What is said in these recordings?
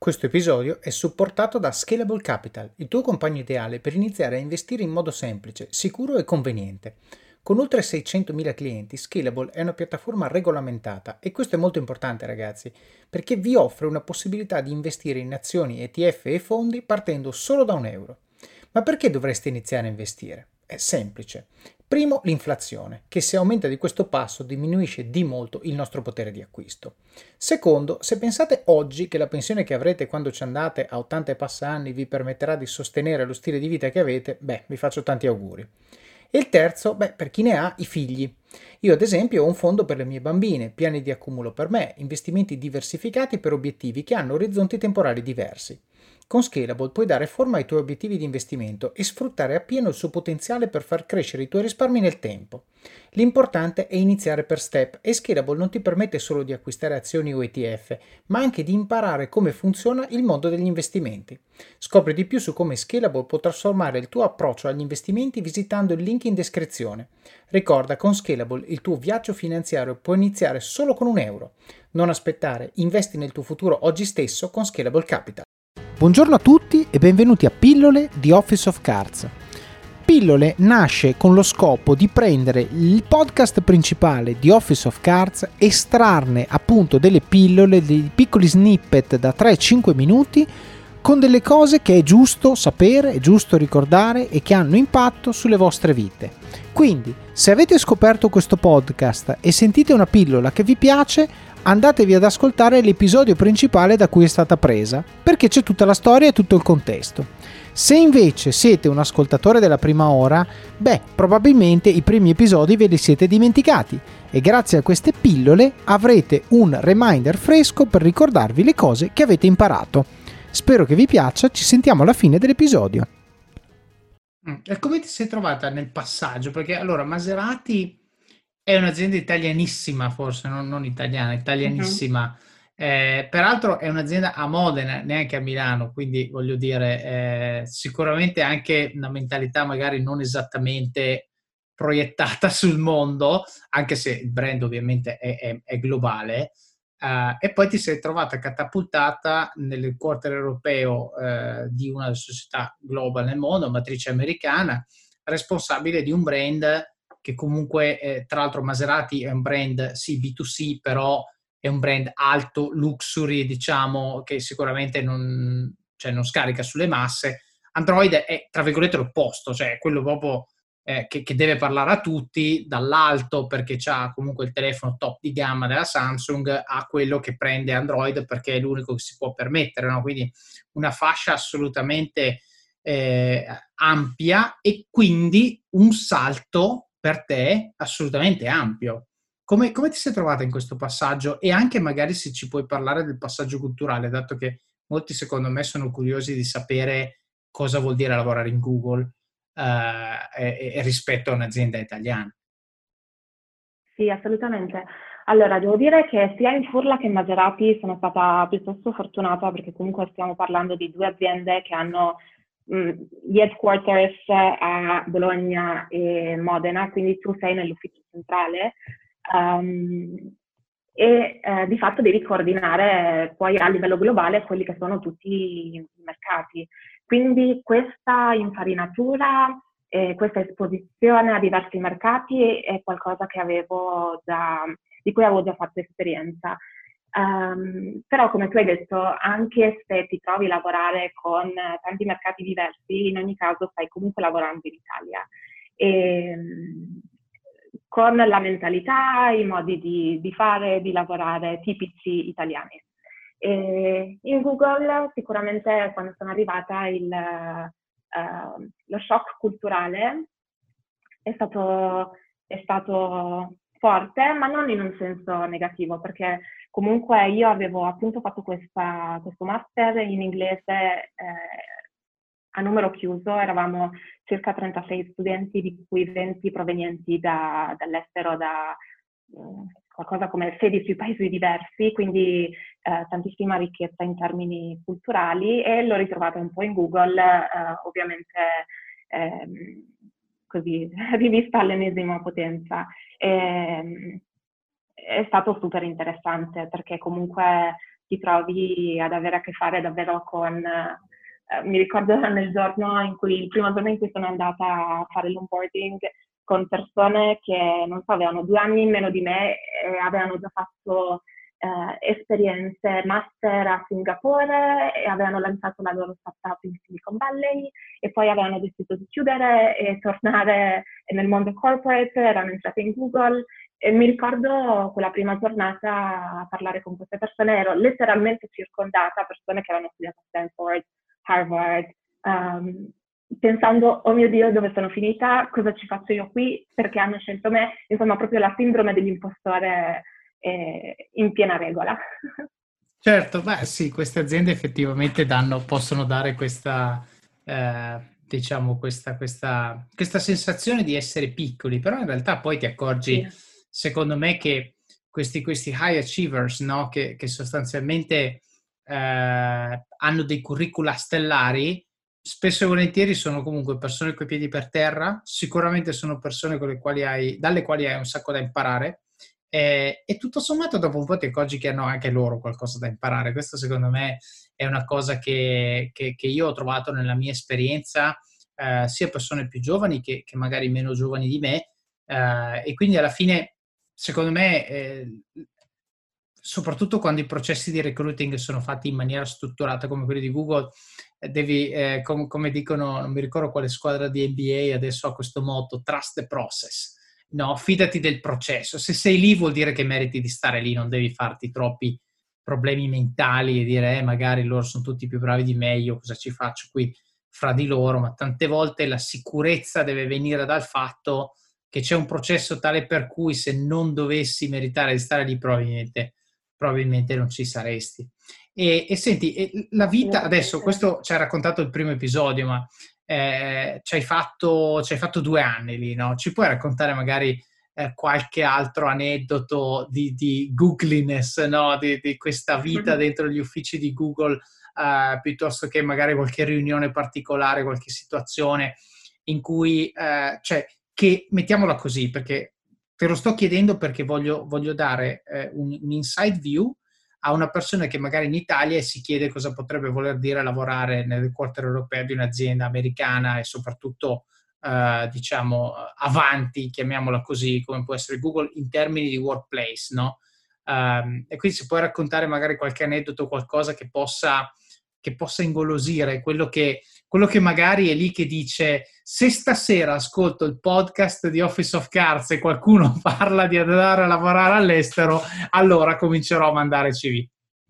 Questo episodio è supportato da Scalable Capital, il tuo compagno ideale per iniziare a investire in modo semplice, sicuro e conveniente. Con oltre 600.000 clienti, Scalable è una piattaforma regolamentata e questo è molto importante, ragazzi, perché vi offre una possibilità di investire in azioni, ETF e fondi partendo solo da €1. Ma perché dovreste iniziare a investire? È semplice. Primo, l'inflazione, che se aumenta di questo passo diminuisce di molto il nostro potere di acquisto. Secondo, se pensate oggi che la pensione che avrete quando ci andate a 80 e passa anni vi permetterà di sostenere lo stile di vita che avete, vi faccio tanti auguri. E il terzo, per chi ne ha, i figli. Io ad esempio ho un fondo per le mie bambine, piani di accumulo per me, investimenti diversificati per obiettivi che hanno orizzonti temporali diversi. Con Scalable puoi dare forma ai tuoi obiettivi di investimento e sfruttare appieno il suo potenziale per far crescere i tuoi risparmi nel tempo. L'importante è iniziare per step e Scalable non ti permette solo di acquistare azioni o ETF, ma anche di imparare come funziona il mondo degli investimenti. Scopri di più su come Scalable può trasformare il tuo approccio agli investimenti visitando il link in descrizione. Ricorda, con Scalable il tuo viaggio finanziario può iniziare solo con €1. Non aspettare, investi nel tuo futuro oggi stesso con Scalable Capital. Buongiorno a tutti e benvenuti a Pillole di Office of Cards. Pillole nasce con lo scopo di prendere il podcast principale di Office of Cards, estrarne appunto delle pillole, dei piccoli snippet da 3-5 minuti con delle cose che è giusto sapere, è giusto ricordare e che hanno impatto sulle vostre vite. Quindi, se avete scoperto questo podcast e sentite una pillola che vi piace, andatevi ad ascoltare l'episodio principale da cui è stata presa, perché c'è tutta la storia e tutto il contesto. Se invece siete un ascoltatore della prima ora, probabilmente i primi episodi ve li siete dimenticati e grazie a queste pillole avrete un reminder fresco per ricordarvi le cose che avete imparato. Spero che vi piaccia, ci sentiamo alla fine dell'episodio. E come ti sei trovata nel passaggio? Perché allora Maserati è un'azienda italianissima, forse non italiana, italianissima. Peraltro è un'azienda a Modena, neanche a Milano, quindi voglio dire, sicuramente anche una mentalità magari non esattamente proiettata sul mondo, anche se il brand ovviamente è globale. E poi ti sei trovata catapultata nell'headquarter europeo di una società global nel mondo, matrice americana, responsabile di un brand che comunque, tra l'altro Maserati è un brand sì B2C, però è un brand alto, luxury, diciamo, che sicuramente non scarica sulle masse. Android è, tra virgolette, l'opposto, cioè quello proprio che deve parlare a tutti, dall'alto perché c'ha comunque il telefono top di gamma della Samsung, a quello che prende Android perché è l'unico che si può permettere, no? Quindi una fascia assolutamente ampia e quindi un salto per te assolutamente ampio. Come ti sei trovata in questo passaggio? E anche magari se ci puoi parlare del passaggio culturale, dato che molti secondo me sono curiosi di sapere cosa vuol dire lavorare in Google e rispetto a un'azienda italiana. Sì, assolutamente. Allora, devo dire che sia in Furla che in Maserati sono stata piuttosto fortunata perché comunque stiamo parlando di due aziende che hanno gli headquarters a Bologna e Modena, quindi tu sei nell'ufficio centrale di fatto devi coordinare poi a livello globale quelli che sono tutti i mercati. Quindi questa infarinatura questa esposizione a diversi mercati è qualcosa che di cui avevo già fatto esperienza. Però come tu hai detto, anche se ti trovi a lavorare con tanti mercati diversi, in ogni caso stai comunque lavorando in Italia. Con la mentalità, i modi di fare, di lavorare tipici italiani. In Google sicuramente quando sono arrivata lo shock culturale è stato forte, ma non in un senso negativo, perché comunque io avevo appunto fatto questo master in inglese a numero chiuso, eravamo circa 36 studenti, di cui 20 provenienti dall'estero, da qualcosa come 16 paesi diversi, quindi tantissima ricchezza in termini culturali, e l'ho ritrovata un po' in Google, ovviamente così rivista all'ennesima potenza. È stato super interessante perché comunque ti trovi ad avere a che fare davvero con... mi ricordo nel giorno in cui, il primo giorno in cui sono andata a fare l'onboarding con persone che, non so, avevano 2 anni in meno di me e avevano già fatto esperienze master a Singapore e avevano lanciato la loro startup in Silicon Valley e poi avevano deciso di chiudere e tornare nel mondo corporate, erano entrate in Google e mi ricordo quella prima giornata a parlare con queste persone, ero letteralmente circondata da persone che avevano studiato a Stanford, Harvard, pensando, oh mio Dio, dove sono finita, cosa ci faccio io qui, perché hanno scelto me, insomma proprio la sindrome dell'impostore in piena regola. Certo, beh sì, queste aziende effettivamente possono dare questa, diciamo, questa sensazione di essere piccoli, però in realtà poi ti accorgi, Sì. secondo me, che questi high achievers, no, che sostanzialmente hanno dei curricula stellari, spesso e volentieri sono comunque persone coi piedi per terra, sicuramente sono persone dalle quali hai un sacco da imparare. E tutto sommato dopo un po' ti accorgi che hanno anche loro qualcosa da imparare. Questo secondo me è una cosa che io ho trovato nella mia esperienza, sia persone più giovani che magari meno giovani di me, e quindi alla fine, secondo me, soprattutto quando i processi di recruiting sono fatti in maniera strutturata come quelli di Google, devi, come dicono, non mi ricordo quale squadra di NBA adesso ha questo motto, trust the process. No, fidati del processo. Se sei lì vuol dire che meriti di stare lì, non devi farti troppi problemi mentali e dire magari loro sono tutti più bravi di me, io cosa ci faccio qui fra di loro, ma tante volte la sicurezza deve venire dal fatto che c'è un processo tale per cui se non dovessi meritare di stare lì probabilmente non ci saresti. E senti, la vita, adesso questo ci hai raccontato il primo episodio, ma ci hai fatto 2 anni lì, no? Ci puoi raccontare magari qualche altro aneddoto di googliness, no? Di questa vita dentro gli uffici di Google, piuttosto che magari qualche riunione particolare, qualche situazione in cui, cioè, che mettiamola così, perché te lo sto chiedendo perché voglio dare un inside view a una persona che magari in Italia si chiede cosa potrebbe voler dire lavorare nel quartiere europeo di un'azienda americana e soprattutto diciamo avanti, chiamiamola così, come può essere Google in termini di workplace, no? E quindi se puoi raccontare magari qualche aneddoto, qualcosa che possa ingolosire quello che magari è lì che dice se stasera ascolto il podcast di Office of Cards e qualcuno parla di andare a lavorare all'estero, allora comincerò a mandare CV.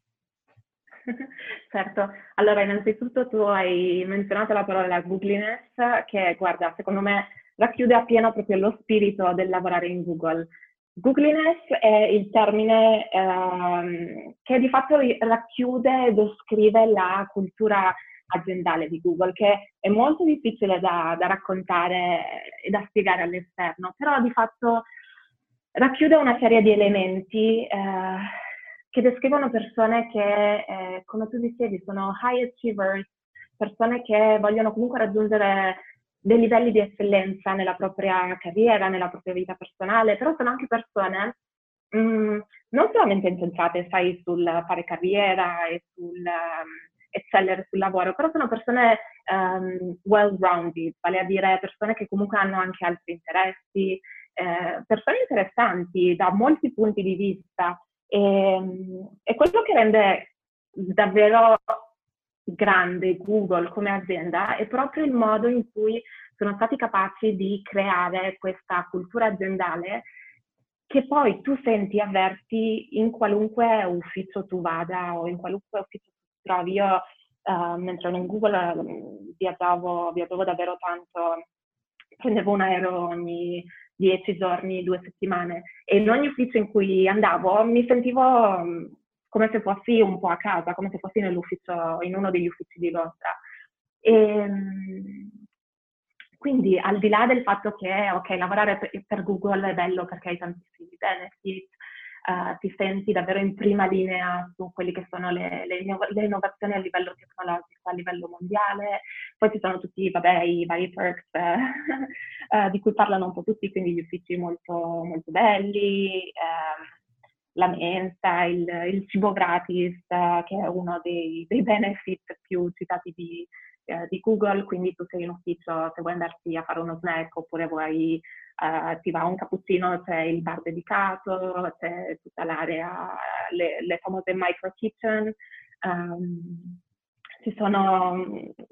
Certo, allora innanzitutto tu hai menzionato la parola googliness che, guarda, secondo me racchiude appieno proprio lo spirito del lavorare in Google. Googliness è il termine che di fatto racchiude e descrive la cultura aziendale di Google, che è molto difficile da raccontare e da spiegare all'esterno, però di fatto racchiude una serie di elementi che descrivono persone che, come tu dicevi, sono high achievers, persone che vogliono comunque raggiungere dei livelli di eccellenza nella propria carriera, nella propria vita personale, però sono anche persone non solamente incentrate, sai, sul fare carriera e sul eccellere sul lavoro, però sono persone well-rounded, vale a dire persone che comunque hanno anche altri interessi, persone interessanti da molti punti di vista. E quello che rende davvero grande Google come azienda è proprio il modo in cui sono stati capaci di creare questa cultura aziendale che poi tu senti avverti in qualunque ufficio tu vada o in qualunque ufficio tu ti trovi. Io mentre ero in Google viaggiavo davvero tanto, prendevo un aereo ogni 10 giorni, 2 settimane e in ogni ufficio in cui andavo mi sentivo come se fossi un po' a casa, come se fossi in uno degli uffici di Londra. E, quindi al di là del fatto che lavorare per Google è bello perché hai tantissimi benefit, ti senti davvero in prima linea su quelli che sono le innovazioni a livello tecnologico, a livello mondiale, poi ci sono tutti i vari perks di cui parlano un po' tutti, quindi gli uffici molto, molto belli, la mensa, il cibo gratis, che è uno dei benefit più citati di Google. Quindi tu sei in ufficio, se vuoi andarti a fare uno snack oppure ti va un cappuccino, c'è il bar dedicato, c'è tutta l'area, le famose micro kitchen. Ci sono,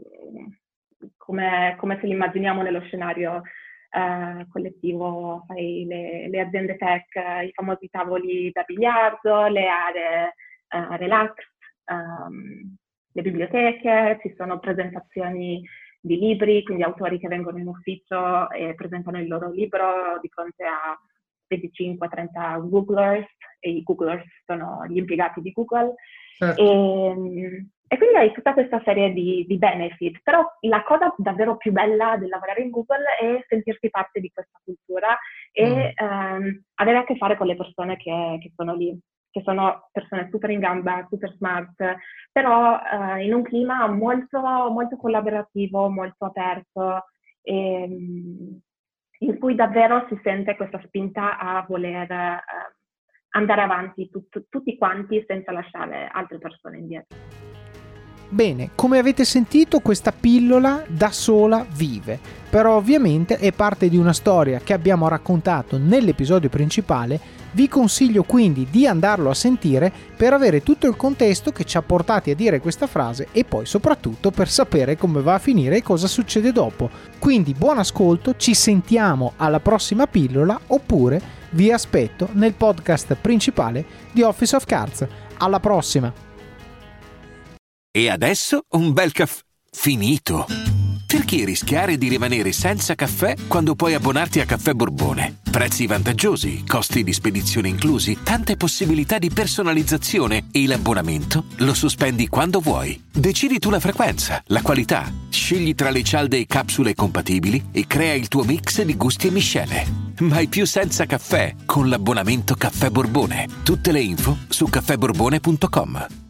come se li immaginiamo nello scenario collettivo, le aziende tech, i famosi tavoli da biliardo, le aree relax, le biblioteche, ci sono presentazioni di libri, quindi autori che vengono in ufficio e presentano il loro libro di fronte a 25-30 Googlers, e i Googlers sono gli impiegati di Google. Certo. E quindi hai tutta questa serie di benefit, però la cosa davvero più bella del lavorare in Google è sentirsi parte di questa cultura e avere a che fare con le persone che sono lì, che sono persone super in gamba, super smart, però in un clima molto, molto collaborativo, molto aperto, in cui davvero si sente questa spinta a voler andare avanti tutti quanti senza lasciare altre persone indietro. Bene, come avete sentito, questa pillola da sola vive, però ovviamente è parte di una storia che abbiamo raccontato nell'episodio principale. Vi consiglio quindi di andarlo a sentire per avere tutto il contesto che ci ha portati a dire questa frase e poi soprattutto per sapere come va a finire e cosa succede dopo. Quindi buon ascolto, ci sentiamo alla prossima pillola oppure vi aspetto nel podcast principale di Office of Cards. Alla prossima! E adesso un bel caffè finito. Perché rischiare di rimanere senza caffè quando puoi abbonarti a Caffè Borbone? Prezzi vantaggiosi, costi di spedizione inclusi, tante possibilità di personalizzazione e l'abbonamento lo sospendi quando vuoi. Decidi tu la frequenza, la qualità, scegli tra le cialde e capsule compatibili e crea il tuo mix di gusti e miscele. Mai più senza caffè con l'abbonamento Caffè Borbone. Tutte le info su caffèborbone.com.